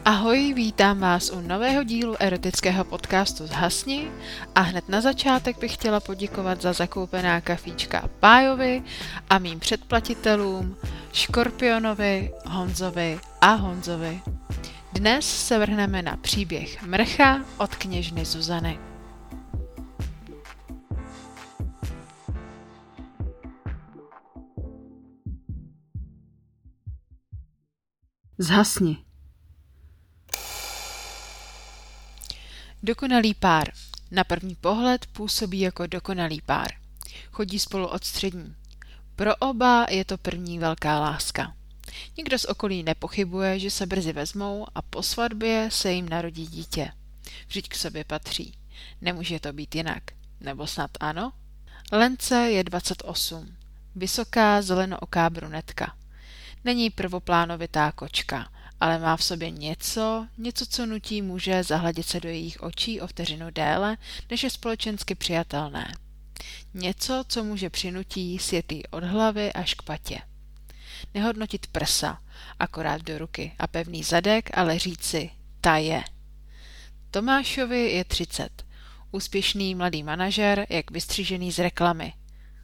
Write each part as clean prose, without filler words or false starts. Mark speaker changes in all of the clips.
Speaker 1: Ahoj, vítám vás u nového dílu erotického podcastu Zhasni a hned na začátek bych chtěla poděkovat za zakoupená kafíčka Pájovi a mým předplatitelům Škorpionovi, Honzovi a Honzovi. Dnes se vrhneme na příběh Mrcha od kněžny Zuzany. Zhasni. Dokonalý pár. Na první pohled působí jako dokonalý pár. Chodí spolu od střední. Pro oba je to první velká láska. Nikdo z okolí nepochybuje, že se brzy vezmou a po svatbě se jim narodí dítě. Vždyť k sobě patří. Nemůže to být jinak. Nebo snad ano? Lence je 28. Vysoká zelenooká brunetka. Není prvoplánovitá kočka, ale má v sobě něco, co nutí muže zahledět se do jejich očí o vteřinu déle, než je společensky přijatelné. Něco, co muže přinutí sjet jí od hlavy až k patě. Nehodnotit prsa, akorát do ruky a pevný zadek, ale říci, ta je. Tomášovi je 30. Úspěšný mladý manažer, jak vystřížený z reklamy.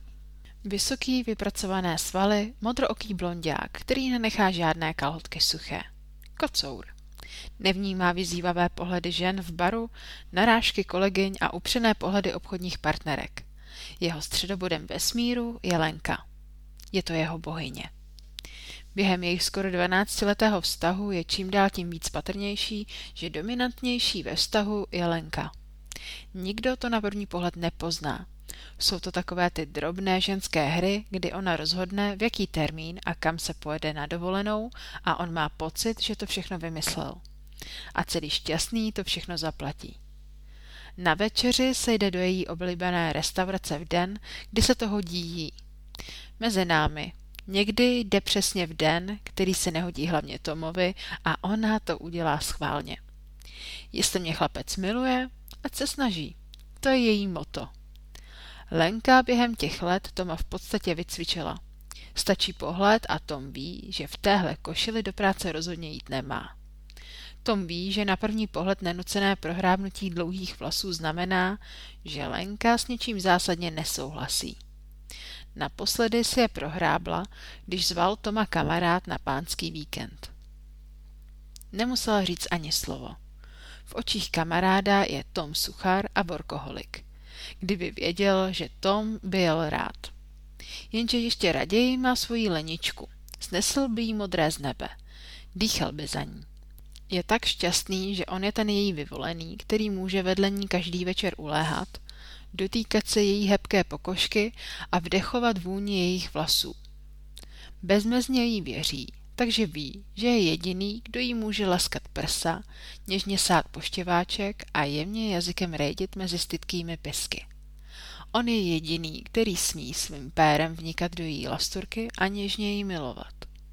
Speaker 1: Vysoký, vypracované svaly, modrooký blonďák, který nenechá žádné kalhotky suché. Kocour. Nevnímá vyzývavé pohledy žen v baru, narážky kolegyň a upřené pohledy obchodních partnerek. Jeho středobodem vesmíru je Lenka. Je to jeho bohyně. Během jejich skoro 12letého vztahu je čím dál tím víc patrnější, že dominantnější ve vztahu je Lenka. Nikdo to na první pohled nepozná. Jsou to takové ty drobné ženské hry, kdy ona rozhodne, v jaký termín a kam se pojede na dovolenou a on má pocit, že to všechno vymyslel. A celý šťastný to všechno zaplatí. Na večeři se jde do její oblíbené restaurace v den, kdy se to hodí jí. Mezi námi. Někdy jde přesně v den, který se nehodí hlavně Tomovi a ona to udělá schválně. Jestli mě chlapec miluje, ať se snaží. To je její motto. Lenka během těch let Toma v podstatě vycvičila. Stačí pohled a Tom ví, že v téhle košili do práce rozhodně jít nemá. Tom ví, že na první pohled nenucené prohrábnutí dlouhých vlasů znamená, že Lenka s něčím zásadně nesouhlasí. Naposledy si je prohrábla, když zval Toma kamarád na pánský víkend. Nemusela říct ani slovo. V očích kamaráda je Tom suchar a workoholik. Kdyby věděl, že Tom by jel rád. Jenže ještě raději má svoji Leničku. Snesl by jí modré z nebe. Dýchal by za ní. Je tak šťastný, že on je ten její vyvolený, který může vedle ní každý večer uléhat, dotýkat se její hebké pokožky a vdechovat vůni jejich vlasů. Bezmezně jí věří, takže ví, že je jediný, kdo jí může laskat prsa, něžně sát poštěváček a jemně jazykem rédit mezi stytkými pisky. On je jediný, který smí svým pérem vnikat do její lasturky a něžně jí milovat.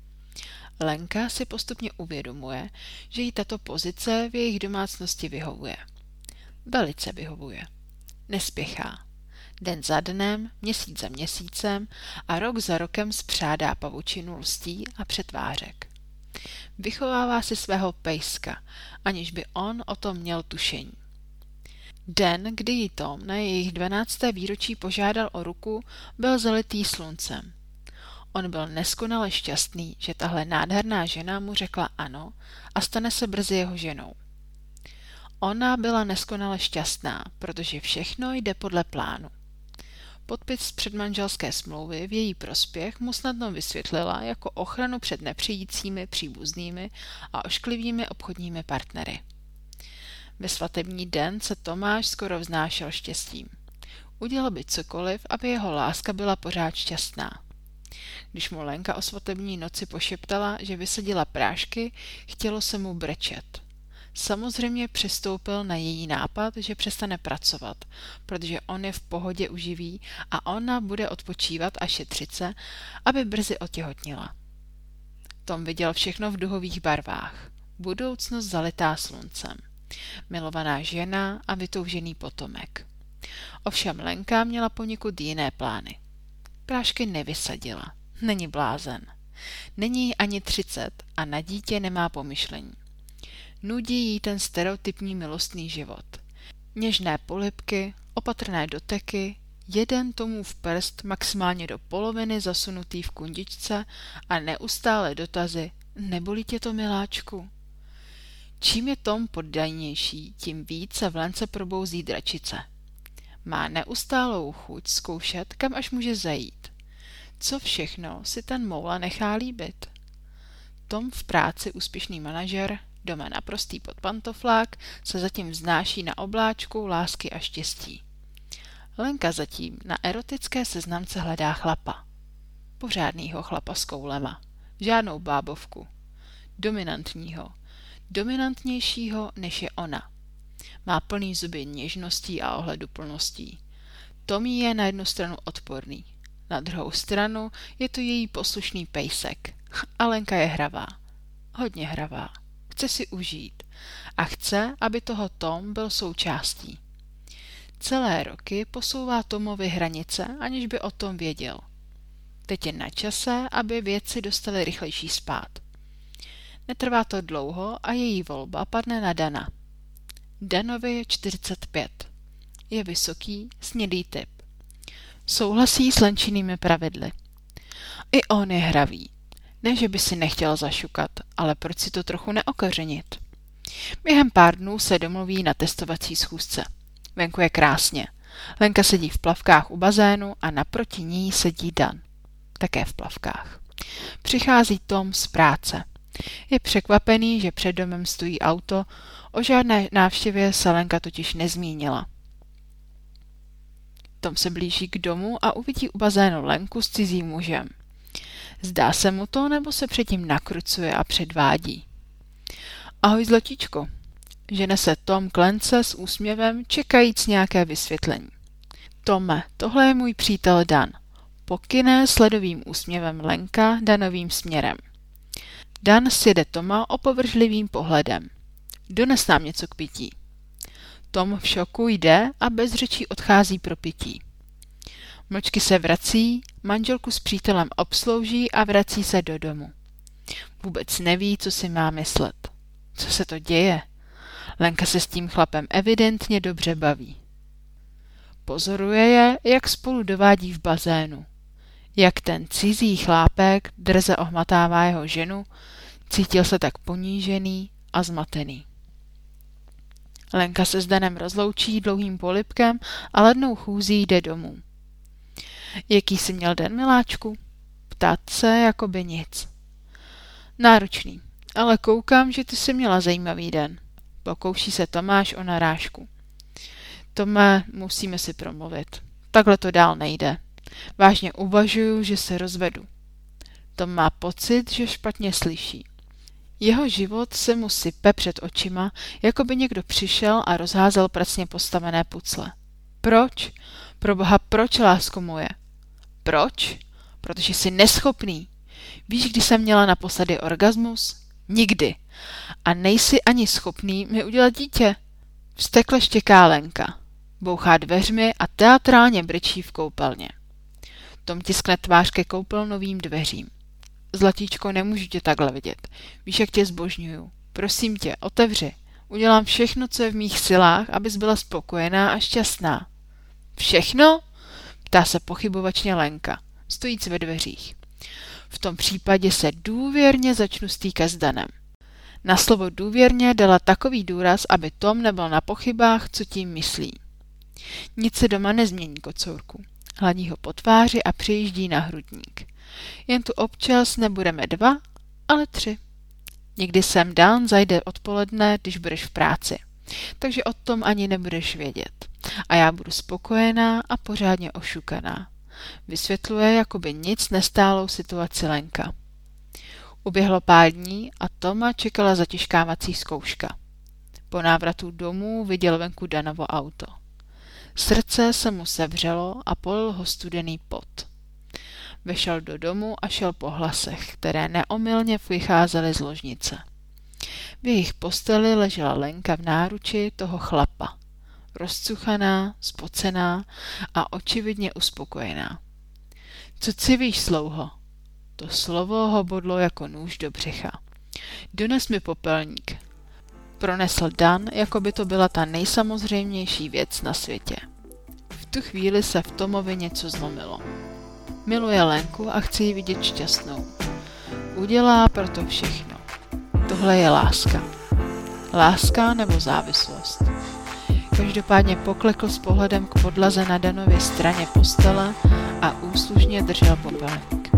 Speaker 1: Lenka si postupně uvědomuje, že jí tato pozice v jejich domácnosti vyhovuje. Velice vyhovuje. Nespěchá. Den za dnem, měsíc za měsícem a rok za rokem spřádá pavučinu lstí a přetvářek. Vychovává si svého pejska, aniž by on o tom měl tušení. Den, kdy jí Tom na jejich 12. výročí požádal o ruku, byl zalitý sluncem. On byl neskonale šťastný, že tahle nádherná žena mu řekla ano a stane se brzy jeho ženou. Ona byla neskonale šťastná, protože všechno jde podle plánu. Podpis předmanželské smlouvy v její prospěch mu snadno vysvětlila jako ochranu před nepřijícími příbuznými a ošklivými obchodními partnery. Ve svatební den se Tomáš skoro vznášel štěstím. Udělal by cokoliv, aby jeho láska byla pořád šťastná. Když mu Lenka o svatební noci pošeptala, že vysadila prášky, chtělo se mu brečet. Samozřejmě přistoupil na její nápad, že přestane pracovat, protože on je v pohodě uživí a ona bude odpočívat a šetřit se, aby brzy otěhotnila. Tom viděl všechno v duhových barvách. Budoucnost zalitá sluncem. Milovaná žena a vytoužený potomek. Ovšem Lenka měla poněkud jiné plány. Prášky nevysadila. Není blázen. Není jí ani 30 a na dítě nemá pomyšlení. Nudí jí ten stereotypní milostný život. Něžné polibky, opatrné doteky, jeden Tomův prst maximálně do poloviny zasunutý v kundičce a neustále dotazy: nebolí tě to, miláčku? Čím je Tom poddajnější, tím víc se v Lence probouzí dračice. Má neustálou chuť zkoušet, kam až může zajít. Co všechno si ten moula nechá líbit. Tom v práci úspěšný manažer, doma naprostý podpantoflák, se zatím vznáší na obláčku lásky a štěstí. Lenka zatím na erotické seznamce hledá chlapa. Pořádnýho chlapa s koulema. Žádnou bábovku. Dominantního. Dominantnějšího, než je ona. Má plný zuby něžností a ohleduplností. Tom jí je na jednu stranu odporný. Na druhou stranu je to její poslušný pejsek. A Lenka je hravá. Hodně hravá. Chce si užít. A chce, aby toho Tom byl součástí. Celé roky posouvá Tomovi hranice, aniž by o tom věděl. Teď je na čase, aby věci dostaly rychlejší spád. Netrvá to dlouho a její volba padne na Dana. Danovi je 45. Je vysoký, snědý typ. Souhlasí s Lenčinými pravidly. I on je hravý. Ne, že by si nechtěl zašukat, ale proč si to trochu neokořenit? Během pár dnů se domluví na testovací schůzce. Venku je krásně. Lenka sedí v plavkách u bazénu a naproti ní sedí Dan. Také v plavkách. Přichází Tom z práce. Je překvapený, že před domem stojí auto, o žádné návštěvě se Lenka totiž nezmínila. Tom se blíží k domu a uvidí u bazénu Lenku s cizím mužem. Zdá se mu to, nebo se předtím nakrucuje a předvádí. Ahoj, zlatíčko. Žene se Tom k Lence s úsměvem, čekajíc nějaké vysvětlení. Tome, tohle je můj přítel Dan. Pokyne sledovým úsměvem Lenka Danovým směrem. Dan sjede Toma opovržlivým pohledem. Dones nám něco k pití. Tom v šoku jde a bez řečí odchází pro pití. Mlčky se vrací, manželku s přítelem obslouží a vrací se do domu. Vůbec neví, co si má myslet. Co se to děje? Lenka se s tím chlapem evidentně dobře baví. Pozoruje je, jak spolu dovádí v bazénu. Jak ten cizí chlápek drze ohmatává jeho ženu, cítil se tak ponížený a zmatený. Lenka se s Danem rozloučí dlouhým polibkem a lednou chůzí jde domů. Jaký jsi měl den, miláčku? Ptát se jako by nic. Náročný, ale koukám, že ty jsi měla zajímavý den. Pokouší se Tomáš o narážku. Tome, musíme si promluvit. Takhle to dál nejde. Vážně uvažuju, že se rozvedu. Tom má pocit, že špatně slyší. Jeho život se mu sype před očima, jako by někdo přišel a rozházel pracně postavené pucle. Proč? Proboha, proč, lásko moje? Proč? Protože jsi neschopný. Víš, kdy jsem měla naposledy orgasmus? Nikdy. A nejsi ani schopný mi udělat dítě. Vztekle štěká Lenka. Bouchá dveřmi a teatrálně brečí v koupelně. Tom tiskne tvář ke koupelnovým dveřím. Zlatíčko, nemůžu tě takhle vidět. Víš, jak tě zbožňuju. Prosím tě, otevři. Udělám všechno, co je v mých silách, abys byla spokojená a šťastná. Všechno? Ptá se pochybovačně Lenka, stojíc ve dveřích. V tom případě se důvěrně začnu stýkat s Danem. Na slovo důvěrně dala takový důraz, aby Tom nebyl na pochybách, co tím myslí. Nic se doma nezmění, kocourku. Hladí ho po tváři a přijíždí na hrudník. Jen tu občas nebudeme 2, ale 3. Někdy sem Dan zajde odpoledne, když budeš v práci. Takže o tom ani nebudeš vědět. A já budu spokojená a pořádně ošukaná. Vysvětluje, jakoby nic nestálou situaci Lenka. Uběhlo pár dní a Toma čekala zatěžkávací zkouška. Po návratu domů viděl venku Danovo auto. Srdce se mu sevřelo a polil ho studený pot. Vešel do domu a šel po hlasech, které neomylně vycházely z ložnice. V jejich posteli ležela Lenka v náruči toho chlapa. Rozcuchaná, spocená a očividně uspokojená. Co civíš, slouho? To slovo ho bodlo jako nůž do břicha. Dones mi popelník. pronesl Dan, jako by to byla ta nejsamozřejmější věc na světě. V tu chvíli se v Tomovi něco zlomilo. Miluje Lenku a chce ji vidět šťastnou. Udělá proto všechno. Tohle je láska. Láska nebo závislost. Každopádně poklekl s pohledem k podlaze na Danově straně postele a úslužně držel popelník.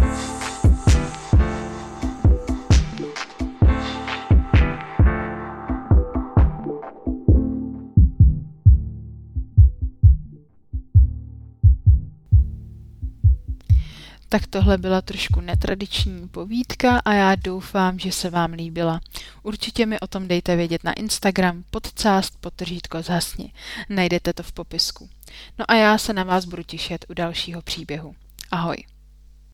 Speaker 1: Tak tohle byla trošku netradiční povídka a já doufám, že se vám líbila. Určitě mi o tom dejte vědět na Instagram _zhasni. Najdete to v popisku. No a já se na vás budu těšit u dalšího příběhu. Ahoj.